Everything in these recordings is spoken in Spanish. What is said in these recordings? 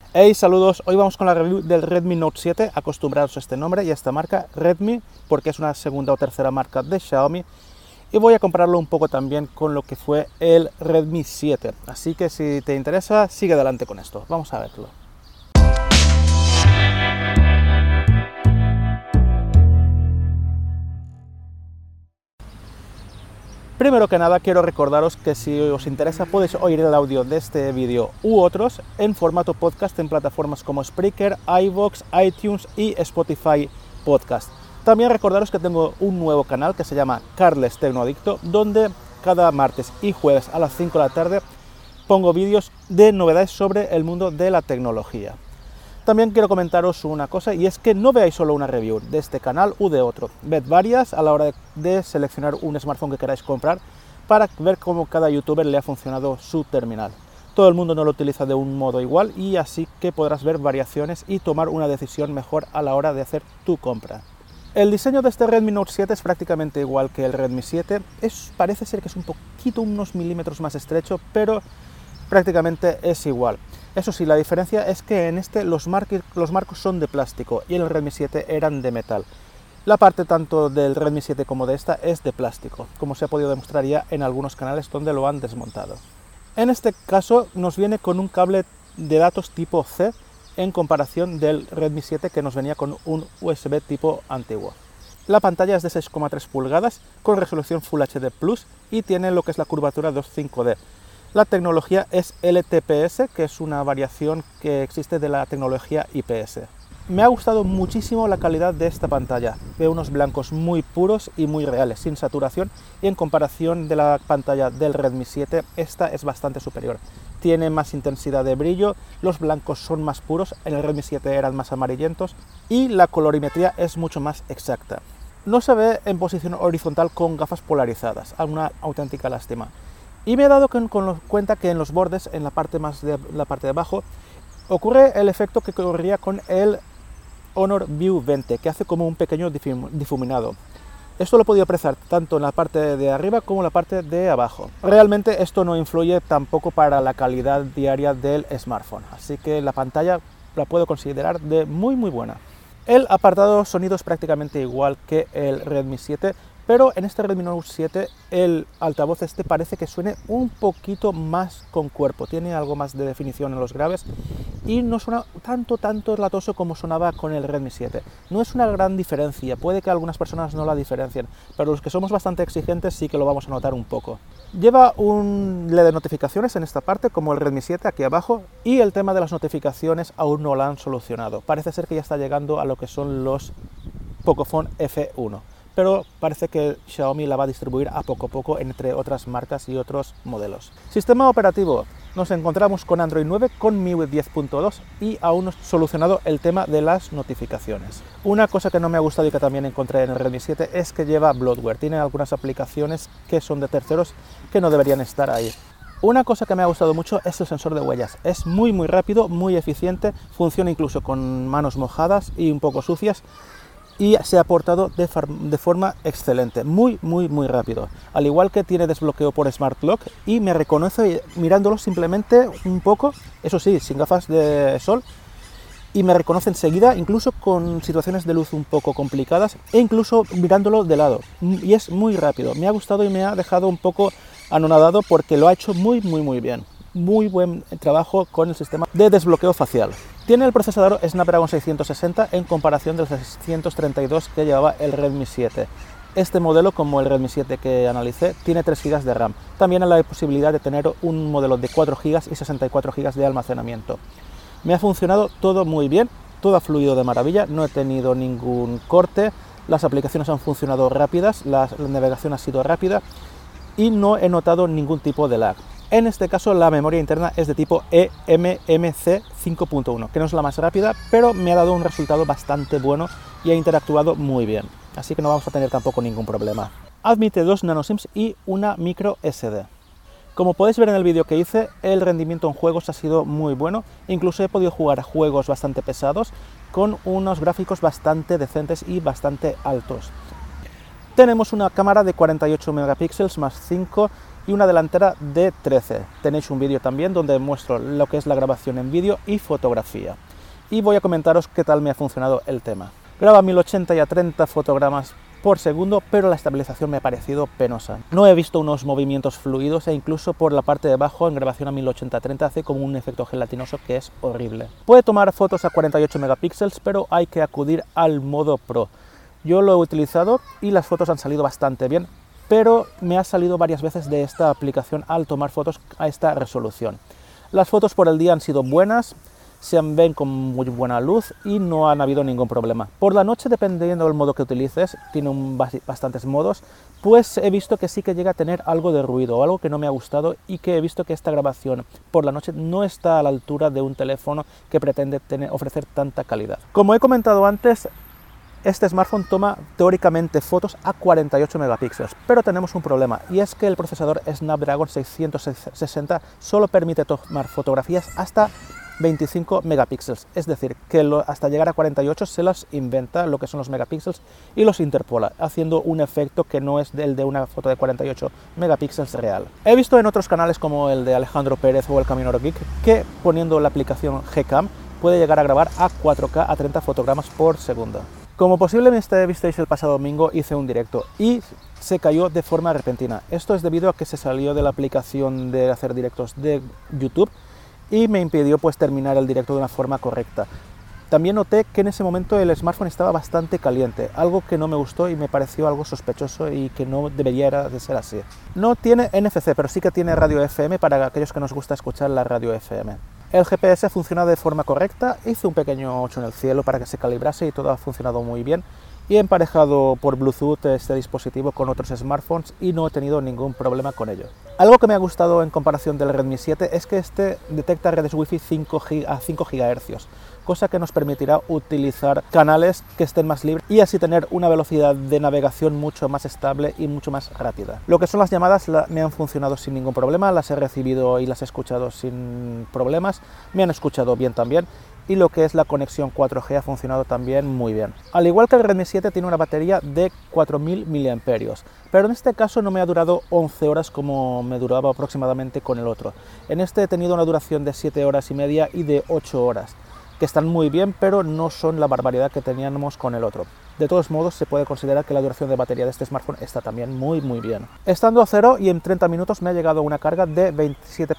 Hey, saludos, hoy vamos con la review del Redmi Note 7, acostumbrados a este nombre y a esta marca, Redmi, porque es una segunda o tercera marca de Xiaomi, y voy a compararlo un poco también con lo que fue el Redmi 7, así que si te interesa, sigue adelante con esto, vamos a verlo. Primero que nada quiero recordaros que si os interesa podéis oír el audio de este vídeo u otros en formato podcast en plataformas como Spreaker, iVoox, iTunes y Spotify Podcast. También recordaros que tengo un nuevo canal que se llama Carles Tecnoadicto, donde cada martes y jueves a las 5 de la tarde pongo vídeos de novedades sobre el mundo de la tecnología. También quiero comentaros una cosa, y es que no veáis solo una review de este canal u de otro. Ved varias a la hora de seleccionar un smartphone que queráis comprar para ver cómo cada youtuber le ha funcionado su terminal. Todo el mundo no lo utiliza de un modo igual y así que podrás ver variaciones y tomar una decisión mejor a la hora de hacer tu compra. El diseño de este Redmi Note 7 es prácticamente igual que el Redmi 7. Parece ser que es un poquito, unos milímetros más estrecho, pero prácticamente es igual. Eso sí, la diferencia es que en este los marcos son de plástico y en el Redmi 7 eran de metal. La parte tanto del Redmi 7 como de esta es de plástico, como se ha podido demostrar ya en algunos canales donde lo han desmontado. En este caso nos viene con un cable de datos tipo C en comparación del Redmi 7 que nos venía con un USB tipo antiguo. La pantalla es de 6,3 pulgadas con resolución Full HD Plus y tiene lo que es la curvatura 2.5D. La tecnología es LTPS, que es una variación que existe de la tecnología IPS. Me ha gustado muchísimo la calidad de esta pantalla. Veo unos blancos muy puros y muy reales, sin saturación, y en comparación de la pantalla del Redmi 7, esta es bastante superior. Tiene más intensidad de brillo, los blancos son más puros, en el Redmi 7 eran más amarillentos, y la colorimetría es mucho más exacta. No se ve en posición horizontal con gafas polarizadas, una auténtica lástima. Y me he dado cuenta que en los bordes, en la parte de abajo, ocurre el efecto que ocurría con el Honor View 20, que hace como un pequeño difuminado. Esto lo he podido apreciar tanto en la parte de arriba como en la parte de abajo. Realmente esto no influye tampoco para la calidad diaria del smartphone, así que la pantalla la puedo considerar de muy buena. El apartado sonido es prácticamente igual que el Redmi 7, pero en este Redmi Note 7 el altavoz parece que suene un poquito más con cuerpo, tiene algo más de definición en los graves y no suena tanto latoso como sonaba con el Redmi 7. No es una gran diferencia, puede que algunas personas no la diferencien, pero los que somos bastante exigentes sí que lo vamos a notar un poco. Lleva un LED de notificaciones en esta parte, como el Redmi 7 aquí abajo, y el tema de las notificaciones aún no lo han solucionado. Parece ser que ya está llegando a lo que son los Pocophone F1. Pero parece que Xiaomi la va a distribuir a poco entre otras marcas y otros modelos. Sistema operativo. Nos encontramos con Android 9 con MIUI 10.2 y aún no he solucionado el tema de las notificaciones. Una cosa que no me ha gustado y que también encontré en el Redmi 7 es que lleva bloatware. Tiene algunas aplicaciones que son de terceros que no deberían estar ahí. Una cosa que me ha gustado mucho es el sensor de huellas. Es muy rápido, muy eficiente, funciona incluso con manos mojadas y un poco sucias. Y se ha portado de forma excelente, muy rápido. Al igual que tiene desbloqueo por Smart Lock y me reconoce mirándolo simplemente un poco, eso sí, sin gafas de sol, y me reconoce enseguida, incluso con situaciones de luz un poco complicadas e incluso mirándolo de lado. Y es muy rápido. Me ha gustado y me ha dejado un poco anonadado porque lo ha hecho muy bien. Muy buen trabajo con el sistema de desbloqueo facial. Tiene el procesador Snapdragon 660 en comparación del 632 que llevaba el Redmi 7. Este modelo, como el Redmi 7 que analicé, tiene 3 GB de RAM. También hay la posibilidad de tener un modelo de 4 GB y 64 GB de almacenamiento. Me ha funcionado todo muy bien, todo ha fluido de maravilla, no he tenido ningún corte, las aplicaciones han funcionado rápidas, la navegación ha sido rápida y no he notado ningún tipo de lag. En este caso la memoria interna es de tipo eMMC 5.1, que no es la más rápida, pero me ha dado un resultado bastante bueno y ha interactuado muy bien, así que no vamos a tener tampoco ningún problema. Admite 2 nanosims y una micro SD. Como podéis ver en el vídeo que hice, el rendimiento en juegos ha sido muy bueno, incluso he podido jugar a juegos bastante pesados con unos gráficos bastante decentes y bastante altos. Tenemos una cámara de 48 megapíxeles más 5 y una delantera de 13. Tenéis un vídeo también donde muestro lo que es la grabación en vídeo y fotografía. Y voy a comentaros qué tal me ha funcionado el tema. Graba 1080 y a 30 fotogramas por segundo, pero la estabilización me ha parecido penosa. No he visto unos movimientos fluidos e incluso por la parte de abajo en grabación a 1080-30 hace como un efecto gelatinoso que es horrible. Puede tomar fotos a 48 megapíxeles, pero hay que acudir al modo Pro. Yo lo he utilizado y las fotos han salido bastante bien, pero me ha salido varias veces de esta aplicación al tomar fotos a esta resolución. Las fotos por el día han sido buenas, se ven con muy buena luz y no han habido ningún problema. Por la noche, dependiendo del modo que utilices, tiene bastantes modos, pues he visto que sí que llega a tener algo de ruido, algo que no me ha gustado, y que he visto que esta grabación por la noche no está a la altura de un teléfono que pretende ofrecer tanta calidad. Como he comentado antes, este smartphone toma teóricamente fotos a 48 megapíxeles, pero tenemos un problema, y es que el procesador Snapdragon 660 solo permite tomar fotografías hasta 25 megapíxeles, es decir, que hasta llegar a 48 se las inventa lo que son los megapíxeles y los interpola, haciendo un efecto que no es el de una foto de 48 megapíxeles real. He visto en otros canales como el de Alejandro Pérez o el Caminero Geek que poniendo la aplicación Gcam puede llegar a grabar a 4K a 30 fotogramas por segundo. Como posiblemente visteis el pasado domingo, hice un directo y se cayó de forma repentina. Esto es debido a que se salió de la aplicación de hacer directos de YouTube y me impidió pues terminar el directo de una forma correcta. También noté que en ese momento el smartphone estaba bastante caliente, algo que no me gustó y me pareció algo sospechoso y que no debería de ser así. No tiene NFC, pero sí que tiene radio FM para aquellos que nos gusta escuchar la radio FM. El GPS funciona de forma correcta, hice un pequeño 8 en el cielo para que se calibrase y todo ha funcionado muy bien. Y he emparejado por Bluetooth este dispositivo con otros smartphones y no he tenido ningún problema con ello. Algo que me ha gustado en comparación del Redmi 7 es que este detecta redes Wi-Fi a 5 GHz, cosa que nos permitirá utilizar canales que estén más libres y así tener una velocidad de navegación mucho más estable y mucho más rápida. Lo que son las llamadas me han funcionado sin ningún problema, las he recibido y las he escuchado sin problemas, me han escuchado bien también. Y lo que es la conexión 4G ha funcionado también muy bien. Al igual que el Redmi 7 tiene una batería de 4000 mAh, pero en este caso no me ha durado 11 horas como me duraba aproximadamente con el otro. En este he tenido una duración de 7 horas y media y de 8 horas, que están muy bien, pero no son la barbaridad que teníamos con el otro. De todos modos, se puede considerar que la duración de batería de este smartphone está también muy bien. Estando a cero y en 30 minutos me ha llegado una carga de 27%,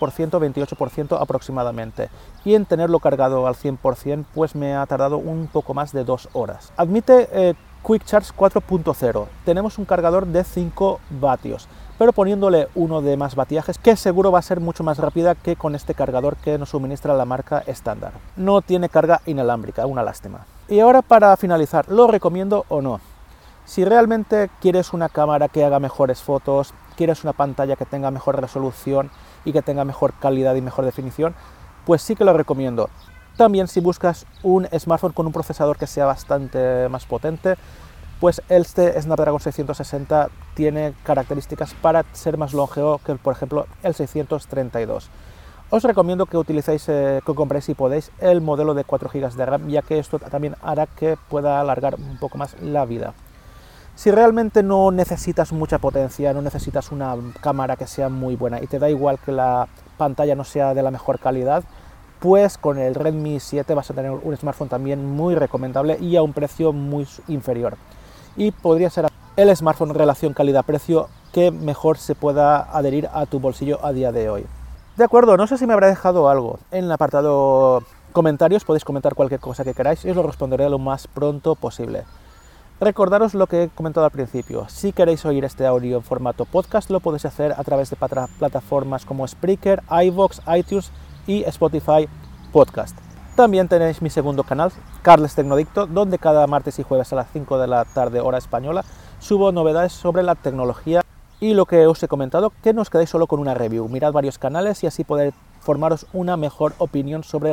28% aproximadamente. Y en tenerlo cargado al 100%, pues me ha tardado un poco más de 2 horas. Admite Quick Charge 4.0. Tenemos un cargador de 5 vatios. Pero poniéndole uno de más batiajes, que seguro va a ser mucho más rápida que con este cargador que nos suministra la marca estándar. No tiene carga inalámbrica, una lástima. Y ahora para finalizar, ¿lo recomiendo o no? Si realmente quieres una cámara que haga mejores fotos, quieres una pantalla que tenga mejor resolución y que tenga mejor calidad y mejor definición, pues sí que lo recomiendo. También si buscas un smartphone con un procesador que sea bastante más potente, pues este Snapdragon 660 tiene características para ser más longevo que, por ejemplo, el 632. Os recomiendo que utilicéis, que compréis si podéis, el modelo de 4 GB de RAM, ya que esto también hará que pueda alargar un poco más la vida. Si realmente no necesitas mucha potencia, no necesitas una cámara que sea muy buena y te da igual que la pantalla no sea de la mejor calidad, pues con el Redmi 7 vas a tener un smartphone también muy recomendable y a un precio muy inferior. Y podría ser el smartphone relación calidad-precio que mejor se pueda adherir a tu bolsillo a día de hoy. De acuerdo, no sé si me habrá dejado algo. En el apartado comentarios podéis comentar cualquier cosa que queráis y os lo responderé lo más pronto posible. Recordaros lo que he comentado al principio. Si queréis oír este audio en formato podcast, lo podéis hacer a través de plataformas como Spreaker, iVoox, iTunes y Spotify Podcast. También tenéis mi segundo canal, Carles Tecnodicto, donde cada martes y jueves a las 5 de la tarde hora española subo novedades sobre la tecnología y lo que os he comentado, que no os quedéis solo con una review. Mirad varios canales y así poder formaros una mejor opinión sobre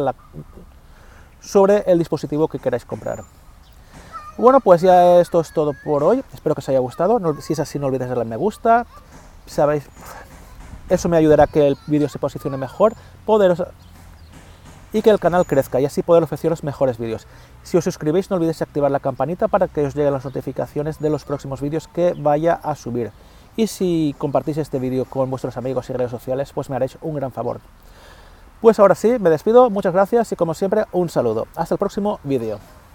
el dispositivo que queráis comprar. Bueno, pues ya esto es todo por hoy. Espero que os haya gustado. Si es así, no olvidéis darle a me gusta. Sabéis, eso me ayudará a que el vídeo se posicione mejor y que el canal crezca y así poder ofreceros mejores vídeos. Si os suscribís, no olvidéis activar la campanita para que os lleguen las notificaciones de los próximos vídeos que vaya a subir. y si compartís este vídeo con vuestros amigos y redes sociales, pues me haréis un gran favor. Pues ahora sí, me despido, muchas gracias y como siempre, un saludo. Hasta el próximo vídeo.